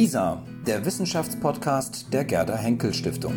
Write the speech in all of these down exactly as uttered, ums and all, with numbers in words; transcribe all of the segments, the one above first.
WISA, der Wissenschaftspodcast der Gerda Henkel Stiftung.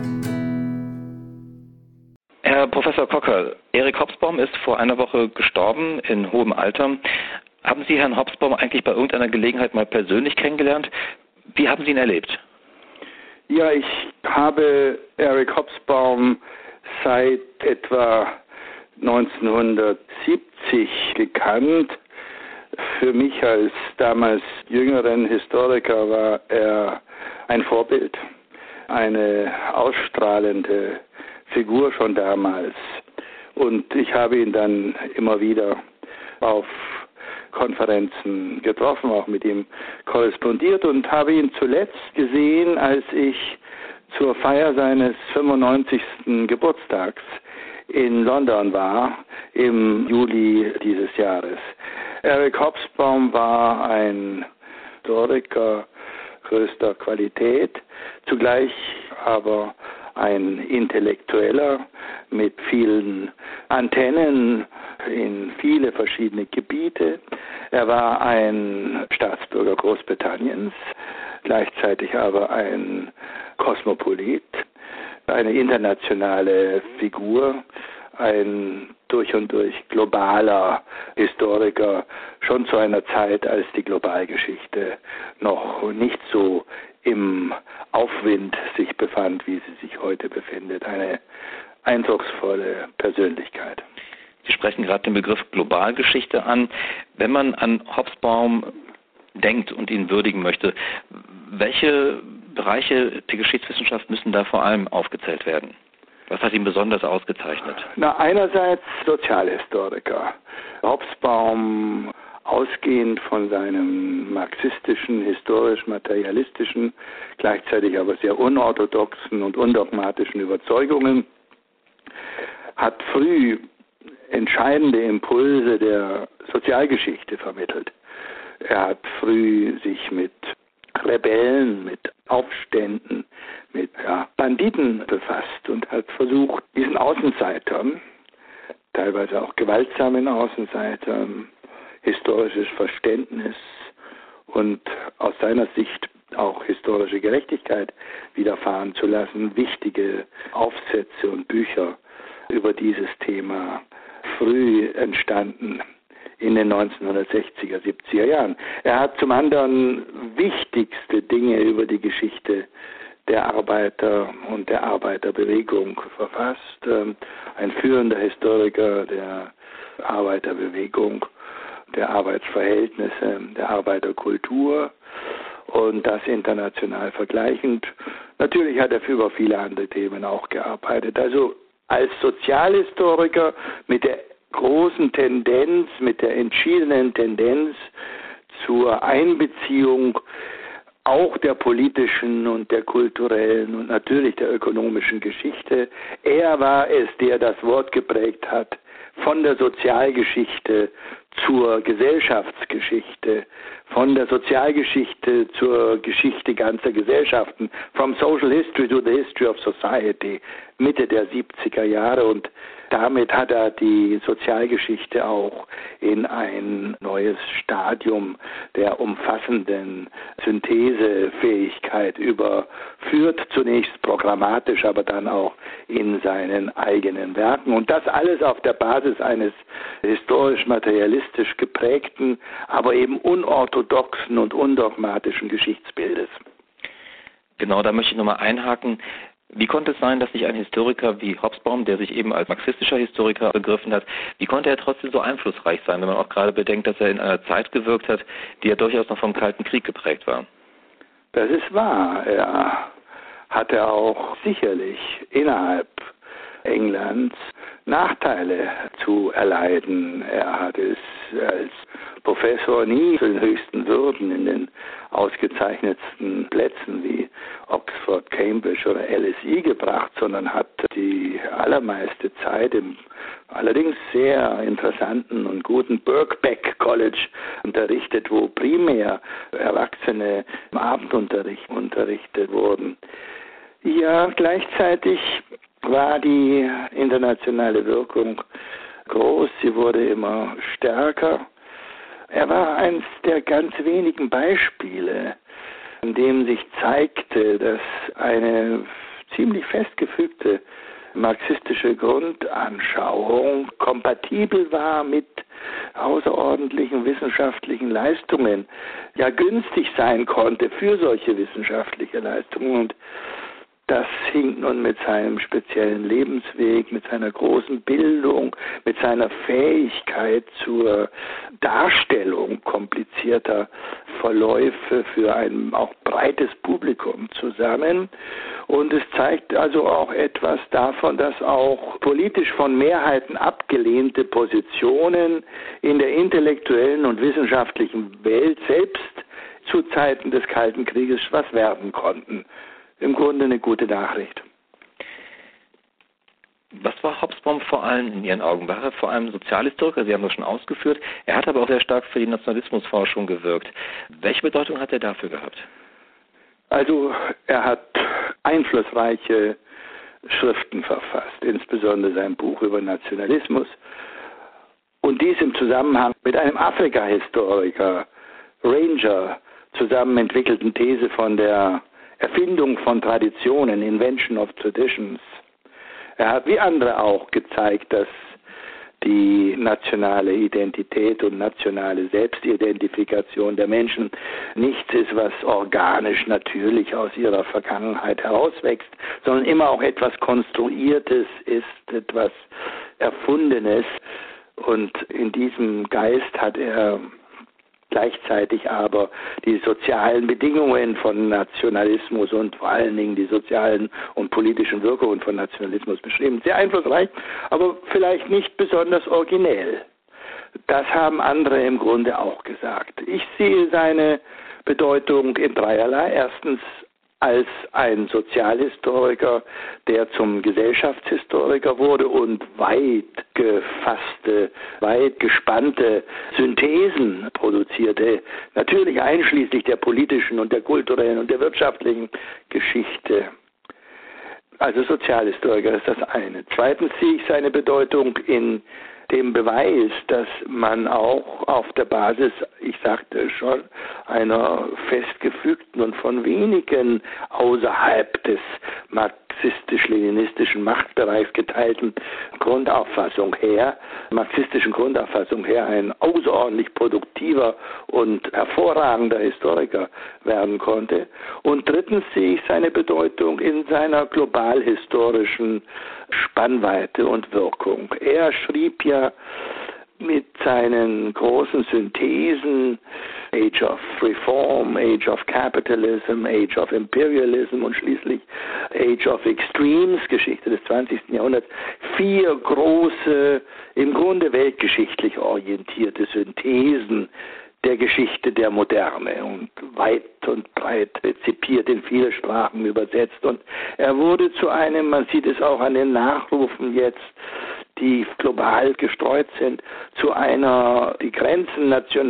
Herr Professor Kocker, Eric Hobsbawm ist vor einer Woche gestorben in hohem Alter. Haben Sie Herrn Hobsbawm eigentlich bei irgendeiner Gelegenheit mal persönlich kennengelernt? Wie haben Sie ihn erlebt? Ja, ich habe Eric Hobsbawm seit etwa neunzehnhundertsiebzig gekannt. Für mich als damals jüngeren Historiker war er ein Vorbild, eine ausstrahlende Figur schon damals. Und ich habe ihn dann immer wieder auf Konferenzen getroffen, auch mit ihm korrespondiert und habe ihn zuletzt gesehen, als ich zur Feier seines fünfundneunzigsten Geburtstags in London war, im Juli dieses Jahres. Eric Hobsbawm war ein Historiker größter Qualität, zugleich aber ein Intellektueller mit vielen Antennen in viele verschiedene Gebiete. Er war ein Staatsbürger Großbritanniens, gleichzeitig aber ein Kosmopolit, eine internationale Figur, ein durch und durch globaler Historiker, schon zu einer Zeit, als die Globalgeschichte noch nicht so im Aufwind sich befand, wie sie sich heute befindet. Eine eindrucksvolle Persönlichkeit. Sie sprechen gerade den Begriff Globalgeschichte an. Wenn man an Hobsbawm denkt und ihn würdigen möchte, welche Bereiche der Geschichtswissenschaft müssen da vor allem aufgezählt werden? Was hat ihn besonders ausgezeichnet? Na, einerseits Sozialhistoriker. Hobsbawm, ausgehend von seinem marxistischen, historisch-materialistischen, gleichzeitig aber sehr unorthodoxen und undogmatischen Überzeugungen, hat früh entscheidende Impulse der Sozialgeschichte vermittelt. Er hat früh sich mit Rebellen, mit Aufständen, mit ja, Banditen befasst und hat versucht, diesen Außenseitern, teilweise auch gewaltsamen Außenseitern, historisches Verständnis und aus seiner Sicht auch historische Gerechtigkeit widerfahren zu lassen, wichtige Aufsätze und Bücher über dieses Thema früh entstanden in den neunzehnhundertsechziger, siebziger Jahren. Er hat zum anderen wichtigste Dinge über die Geschichte der Arbeiter und der Arbeiterbewegung verfasst. Ein führender Historiker der Arbeiterbewegung, der Arbeitsverhältnisse, der Arbeiterkultur und das international vergleichend. Natürlich hat er über viele andere Themen auch gearbeitet. Also als Sozialhistoriker mit der großen Tendenz, mit der entschiedenen Tendenz zur Einbeziehung auch der politischen und der kulturellen und natürlich der ökonomischen Geschichte. Er war es, der das Wort geprägt hat, von der Sozialgeschichte zur Gesellschaftsgeschichte, von der Sozialgeschichte zur Geschichte ganzer Gesellschaften, from social history to the history of society, Mitte der siebziger Jahre, und damit hat er die Sozialgeschichte auch in ein neues Stadium der umfassenden Synthesefähigkeit überführt, zunächst programmatisch, aber dann auch in seinen eigenen Werken. Und das alles auf der Basis eines historisch-materialistisch geprägten, aber eben unorthodoxen und undogmatischen Geschichtsbildes. Genau, da möchte ich nochmal einhaken. Wie konnte es sein, dass sich ein Historiker wie Hobsbawm, der sich eben als marxistischer Historiker begriffen hat, wie konnte er trotzdem so einflussreich sein, wenn man auch gerade bedenkt, dass er in einer Zeit gewirkt hat, die ja durchaus noch vom Kalten Krieg geprägt war? Das ist wahr. Er hatte auch sicherlich innerhalb Englands Nachteile zu erleiden. Er hat es als Professor nie zu den höchsten Würden in den ausgezeichnetsten Plätzen wie Oxford, Cambridge oder L S E gebracht, sondern hat die allermeiste Zeit im allerdings sehr interessanten und guten Birkbeck College unterrichtet, wo primär Erwachsene im Abendunterricht unterrichtet wurden. Ja, gleichzeitig war die internationale Wirkung groß, sie wurde immer stärker. Er war eines der ganz wenigen Beispiele in dem sich zeigte, dass eine ziemlich festgefügte marxistische Grundanschauung kompatibel war mit außerordentlichen wissenschaftlichen Leistungen, ja günstig sein konnte für solche wissenschaftliche Leistungen. Und das hing nun mit seinem speziellen Lebensweg, mit seiner großen Bildung, mit seiner Fähigkeit zur Darstellung komplizierter Verläufe für ein auch breites Publikum zusammen. Und es zeigt also auch etwas davon, dass auch politisch von Mehrheiten abgelehnte Positionen in der intellektuellen und wissenschaftlichen Welt selbst zu Zeiten des Kalten Krieges was werden konnten. Im Grunde eine gute Nachricht. Was war Hobsbawm vor allem in Ihren Augen? War er vor allem Sozialhistoriker? Sie haben das schon ausgeführt. Er hat aber auch sehr stark für die Nationalismusforschung gewirkt. Welche Bedeutung hat er dafür gehabt? Also er hat einflussreiche Schriften verfasst, insbesondere sein Buch über Nationalismus. Und dies im Zusammenhang mit einem Afrika-Historiker, Ranger, zusammen entwickelten These von der Erfindung von Traditionen, Invention of Traditions. Er hat wie andere auch gezeigt, dass die nationale Identität und nationale Selbstidentifikation der Menschen nichts ist, was organisch natürlich aus ihrer Vergangenheit herauswächst, sondern immer auch etwas Konstruiertes ist, etwas Erfundenes. Und in diesem Geist hat er gleichzeitig aber die sozialen Bedingungen von Nationalismus und vor allen Dingen die sozialen und politischen Wirkungen von Nationalismus beschrieben. Sehr einflussreich, aber vielleicht nicht besonders originell. Das haben andere im Grunde auch gesagt. Ich sehe seine Bedeutung in dreierlei. Erstens als ein Sozialhistoriker, der zum Gesellschaftshistoriker wurde und weit gefasste, weit gespannte Synthesen produzierte, natürlich einschließlich der politischen und der kulturellen und der wirtschaftlichen Geschichte. Also Sozialhistoriker ist das eine. Zweitens sehe ich seine Bedeutung in dem Beweis, dass man auch auf der Basis, ich sagte schon, einer festgefügten und von wenigen außerhalb des marxistisch-leninistischen Machtbereichs geteilten Grundauffassung her, marxistischen Grundauffassung her, ein außerordentlich produktiver und hervorragender Historiker werden konnte. Und drittens sehe ich seine Bedeutung in seiner globalhistorischen Spannweite und Wirkung. Er schrieb ja mit seinen großen Synthesen Age of Reform, Age of Capitalism, Age of Imperialism und schließlich Age of Extremes, Geschichte des zwanzigsten Jahrhunderts, vier große, im Grunde weltgeschichtlich orientierte Synthesen der Geschichte der Moderne und weit und breit rezipiert, in viele Sprachen übersetzt. Und er wurde zu einem, man sieht es auch an den Nachrufen jetzt, die global gestreut sind, zu einer die Grenzen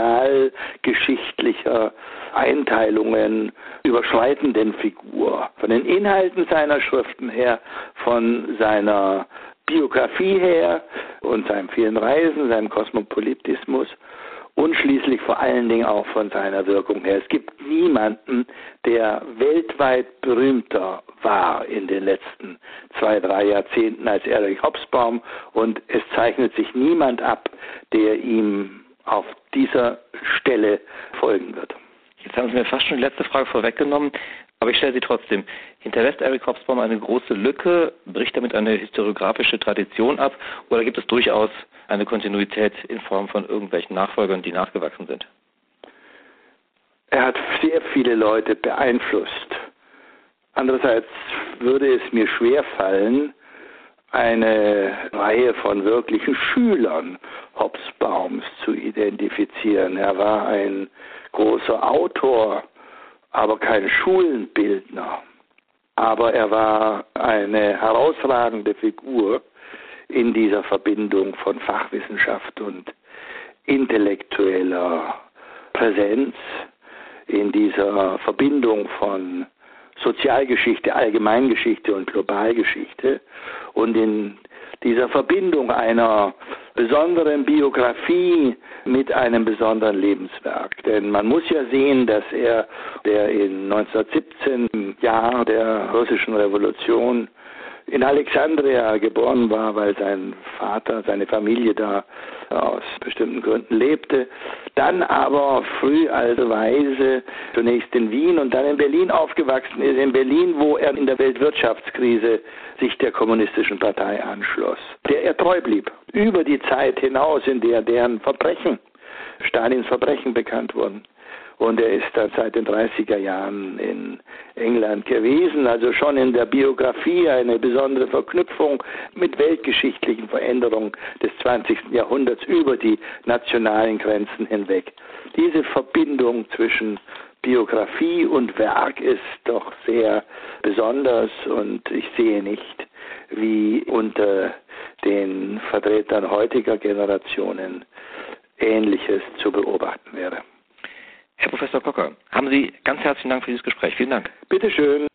nationalgeschichtlicher Einteilungen überschreitenden Figur. Von den Inhalten seiner Schriften her, von seiner Biografie her und seinen vielen Reisen, seinem Kosmopolitismus und schließlich vor allen Dingen auch von seiner Wirkung her. Es gibt niemanden, der weltweit berühmter war in den letzten zwei, drei Jahrzehnten als Erich Hobsbawm, und es zeichnet sich niemand ab, der ihm auf dieser Stelle folgen wird. Jetzt haben Sie mir fast schon die letzte Frage vorweggenommen, aber ich stelle sie trotzdem. Hinterlässt Erich Hobsbawm eine große Lücke, bricht damit eine historiografische Tradition ab, oder gibt es durchaus eine Kontinuität in Form von irgendwelchen Nachfolgern, die nachgewachsen sind? Er hat sehr viele Leute beeinflusst. Andererseits würde es mir schwerfallen, eine Reihe von wirklichen Schülern Hobsbawms zu identifizieren. Er war ein großer Autor, aber kein Schulenbildner. Aber er war eine herausragende Figur in dieser Verbindung von Fachwissenschaft und intellektueller Präsenz, in dieser Verbindung von Sozialgeschichte, Allgemeingeschichte und Globalgeschichte und in dieser Verbindung einer besonderen Biografie mit einem besonderen Lebenswerk. Denn man muss ja sehen, dass er, der in neunzehnhundertsiebzehn, im Jahr der russischen Revolution, in Alexandria geboren war, weil sein Vater, seine Familie da aus bestimmten Gründen lebte, dann aber früh alte Weise zunächst in Wien und dann in Berlin aufgewachsen ist, in Berlin, wo er in der Weltwirtschaftskrise sich der kommunistischen Partei anschloss, der er treu blieb, über die Zeit hinaus, in der deren Verbrechen, Stalins Verbrechen bekannt wurden. Und er ist dann seit den dreißiger Jahren in England gewesen, also schon in der Biografie eine besondere Verknüpfung mit weltgeschichtlichen Veränderungen des zwanzigsten Jahrhunderts über die nationalen Grenzen hinweg. Diese Verbindung zwischen Biografie und Werk ist doch sehr besonders und ich sehe nicht, wie unter den Vertretern heutiger Generationen Ähnliches zu beobachten wäre. Herr Professor Kocker, haben Sie ganz herzlichen Dank für dieses Gespräch. Vielen Dank. Bitte schön.